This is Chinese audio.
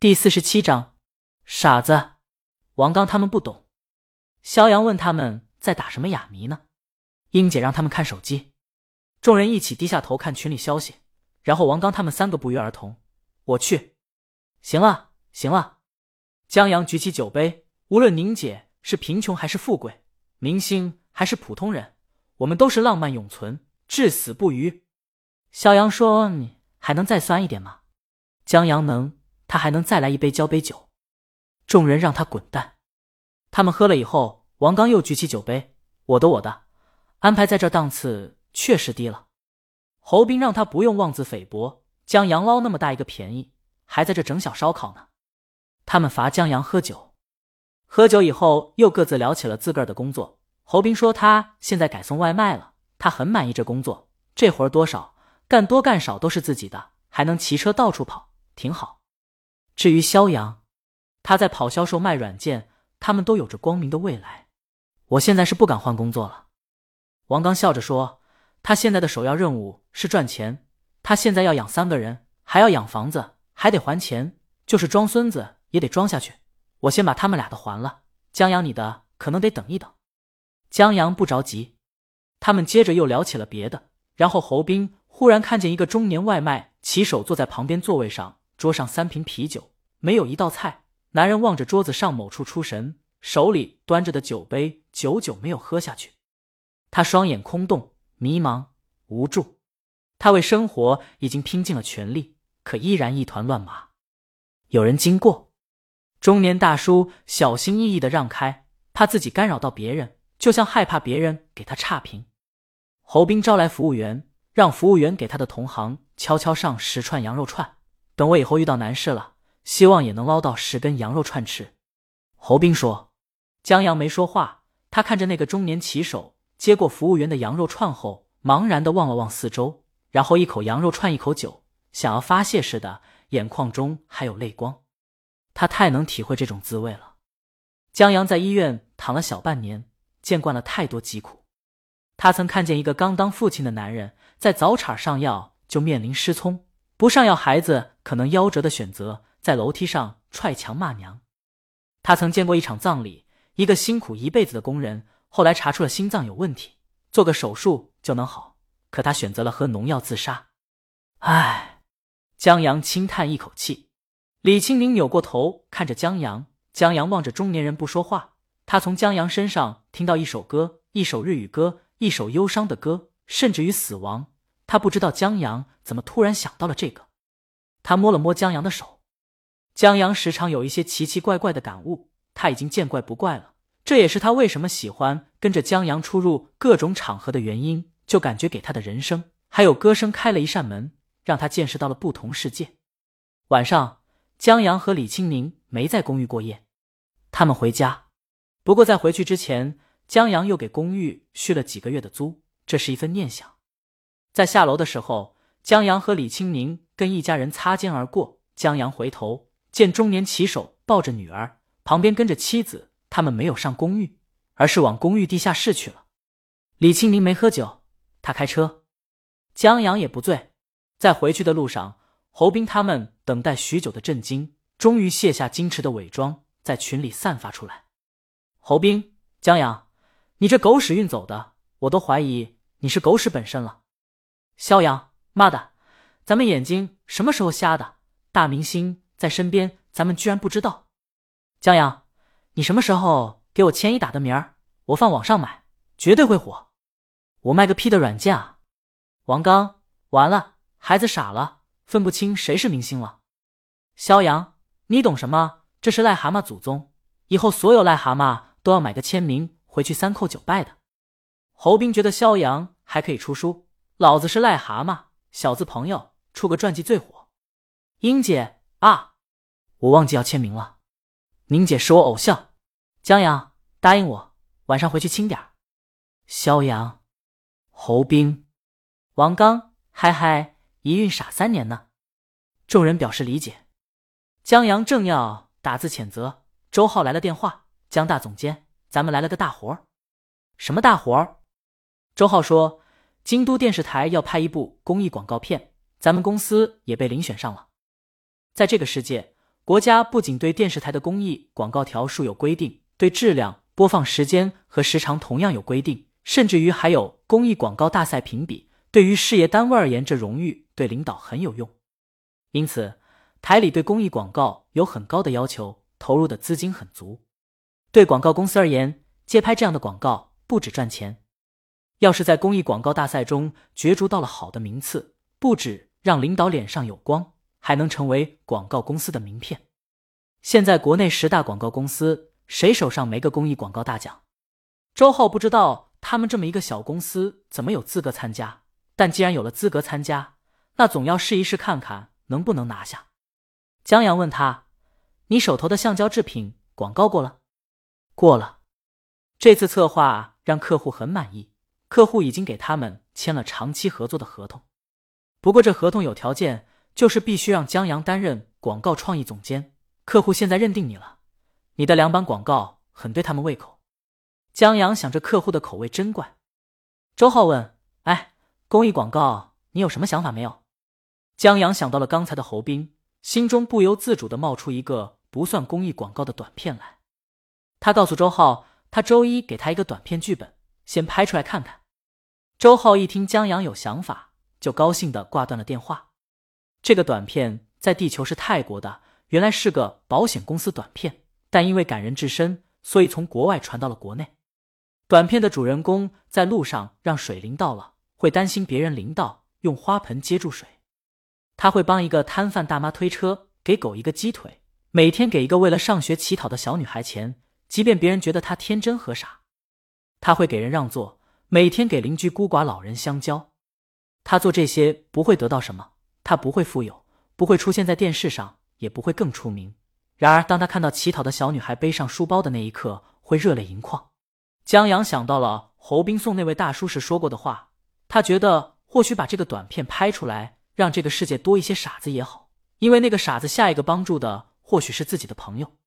第47章，傻子。王刚他们不懂。肖阳问他们在打什么哑谜呢？英姐让他们看手机。众人一起低下头看群里消息，然后王刚他们3个不约而同，我去。行了，行了。江阳举起酒杯，无论宁姐是贫穷还是富贵，明星还是普通人，我们都是浪漫永存，至死不渝。肖阳说，你还能再酸一点吗？江阳能，他还能再来一杯交杯酒。众人让他滚蛋。他们喝了以后，王刚又举起酒杯，我的，安排在这档次确实低了。侯斌让他不用妄自菲薄，江阳捞那么大一个便宜，还在这整小烧烤呢。他们罚江阳喝酒。喝酒以后又各自聊起了自个儿的工作。侯斌说他现在改送外卖了，他很满意这工作，这活儿多少干多干少都是自己的，还能骑车到处跑，挺好。至于肖阳，他在跑销售卖软件，他们都有着光明的未来。我现在是不敢换工作了。王刚笑着说，他现在的首要任务是赚钱，他现在要养3个人，还要养房子，还得还钱，就是装孙子也得装下去。我先把他们俩的还了，江阳你的可能得等一等。江阳不着急。他们接着又聊起了别的，然后侯斌忽然看见一个中年外卖骑手坐在旁边座位上，桌上3瓶啤酒，没有一道菜。男人望着桌子上某处出神，手里端着的酒杯久久没有喝下去。他双眼空洞，迷茫无助。他为生活已经拼尽了全力，可依然一团乱麻。有人经过，中年大叔小心翼翼地让开，怕自己干扰到别人，就像害怕别人给他差评。侯斌招来服务员，让服务员给他的同行悄悄上10串羊肉串，等我以后遇到难事了，希望也能捞到10根羊肉串吃。侯斌说。江阳没说话，他看着那个中年骑手接过服务员的羊肉串后，茫然地望了望四周，然后一口羊肉串一口酒，想要发泄似的，眼眶中还有泪光。他太能体会这种滋味了。江阳在医院躺了小半年，见惯了太多疾苦。他曾看见一个刚当父亲的男人在早产上药就面临失聪，不上药孩子可能夭折的选择，在楼梯上踹墙骂娘。他曾见过一场葬礼，一个辛苦一辈子的工人，后来查出了心脏有问题，做个手术就能好，可他选择了喝农药自杀。唉，江阳轻叹一口气。李清明扭过头看着江阳，江阳望着中年人不说话。他从江阳身上听到一首歌，一首日语歌，一首忧伤的歌，甚至于死亡。他不知道江阳怎么突然想到了这个。他摸了摸江阳的手。江阳时常有一些奇奇怪怪的感悟，他已经见怪不怪了，这也是他为什么喜欢跟着江阳出入各种场合的原因，就感觉给他的人生还有歌声开了一扇门，让他见识到了不同世界。晚上，江阳和李清明没在公寓过夜，他们回家。不过在回去之前，江阳又给公寓续了几个月的租，这是一份念想。在下楼的时候，江阳和李清明跟一家人擦肩而过，江阳回头见中年骑手抱着女儿，旁边跟着妻子，他们没有上公寓，而是往公寓地下室去了。李清明没喝酒，他开车。江阳也不醉。在回去的路上，侯斌他们等待许久的震惊终于卸下矜持的伪装，在群里散发出来。侯斌，江阳，你这狗屎运走的，我都怀疑你是狗屎本身了。肖阳，妈的，咱们眼睛什么时候瞎的？大明星在身边，咱们居然不知道。江阳，你什么时候给我签一打的名儿？我放网上买，绝对会火。我卖个屁的软件啊！王刚，完了，孩子傻了，分不清谁是明星了。肖阳，你懂什么？这是癞蛤蟆祖宗，以后所有癞蛤蟆都要买个签名回去3叩9拜的。侯斌觉得肖阳还可以出书，老子是癞蛤蟆，小子朋友出个传记最火。英姐啊，我忘记要签名了。宁姐是我偶像。江阳，答应我，晚上回去轻点。肖阳，侯斌，王刚，嗨嗨，一孕傻3年呢。众人表示理解。江阳正要打字谴责，周浩来了电话，江大总监，咱们来了个大活儿。什么大活儿？周浩说，京都电视台要拍一部公益广告片，咱们公司也被遴选上了。在这个世界， 国家不仅对电视台的公益广告条数有规定，对质量、播放时间和时长同样有规定，甚至于还有公益广告大赛评比。对于事业单位而言，这荣誉对领导很有用。因此，台里对公益广告有很高的要求，投入的资金很足。对广告公司而言，接拍这样的广告不只赚钱，要是在公益广告大赛中角逐到了好的名次，不止让领导脸上有光，还能成为广告公司的名片。现在国内10大广告公司，谁手上没个公益广告大奖？周浩不知道他们这么一个小公司怎么有资格参加，但既然有了资格参加，那总要试一试看看能不能拿下。江阳问他，你手头的橡胶制品广告过了？过了。这次策划让客户很满意，客户已经给他们签了长期合作的合同。不过这合同有条件，就是必须让江阳担任广告创意总监。客户现在认定你了，你的2版广告很对他们胃口。江阳想着客户的口味真怪。周浩问，公益广告你有什么想法没有？江阳想到了刚才的侯斌，心中不由自主地冒出一个不算公益广告的短片来。他告诉周浩，他周一给他一个短片剧本，先拍出来看看。周浩一听江阳有想法，就高兴地挂断了电话。这个短片在地球是泰国的，原来是个保险公司短片，但因为感人至深，所以从国外传到了国内。短片的主人公在路上让水淋到了，会担心别人淋到，用花盆接住水。他会帮一个摊贩大妈推车，给狗一个鸡腿，每天给一个为了上学乞讨的小女孩钱，即便别人觉得她天真和傻。他会给人让座，每天给邻居孤寡老人香蕉。他做这些不会得到什么，他不会富有，不会出现在电视上，也不会更出名。然而当他看到乞讨的小女孩背上书包的那一刻，会热泪盈眶。江阳想到了侯斌送那位大叔时说过的话，他觉得或许把这个短片拍出来，让这个世界多一些傻子也好，因为那个傻子下一个帮助的或许是自己的朋友。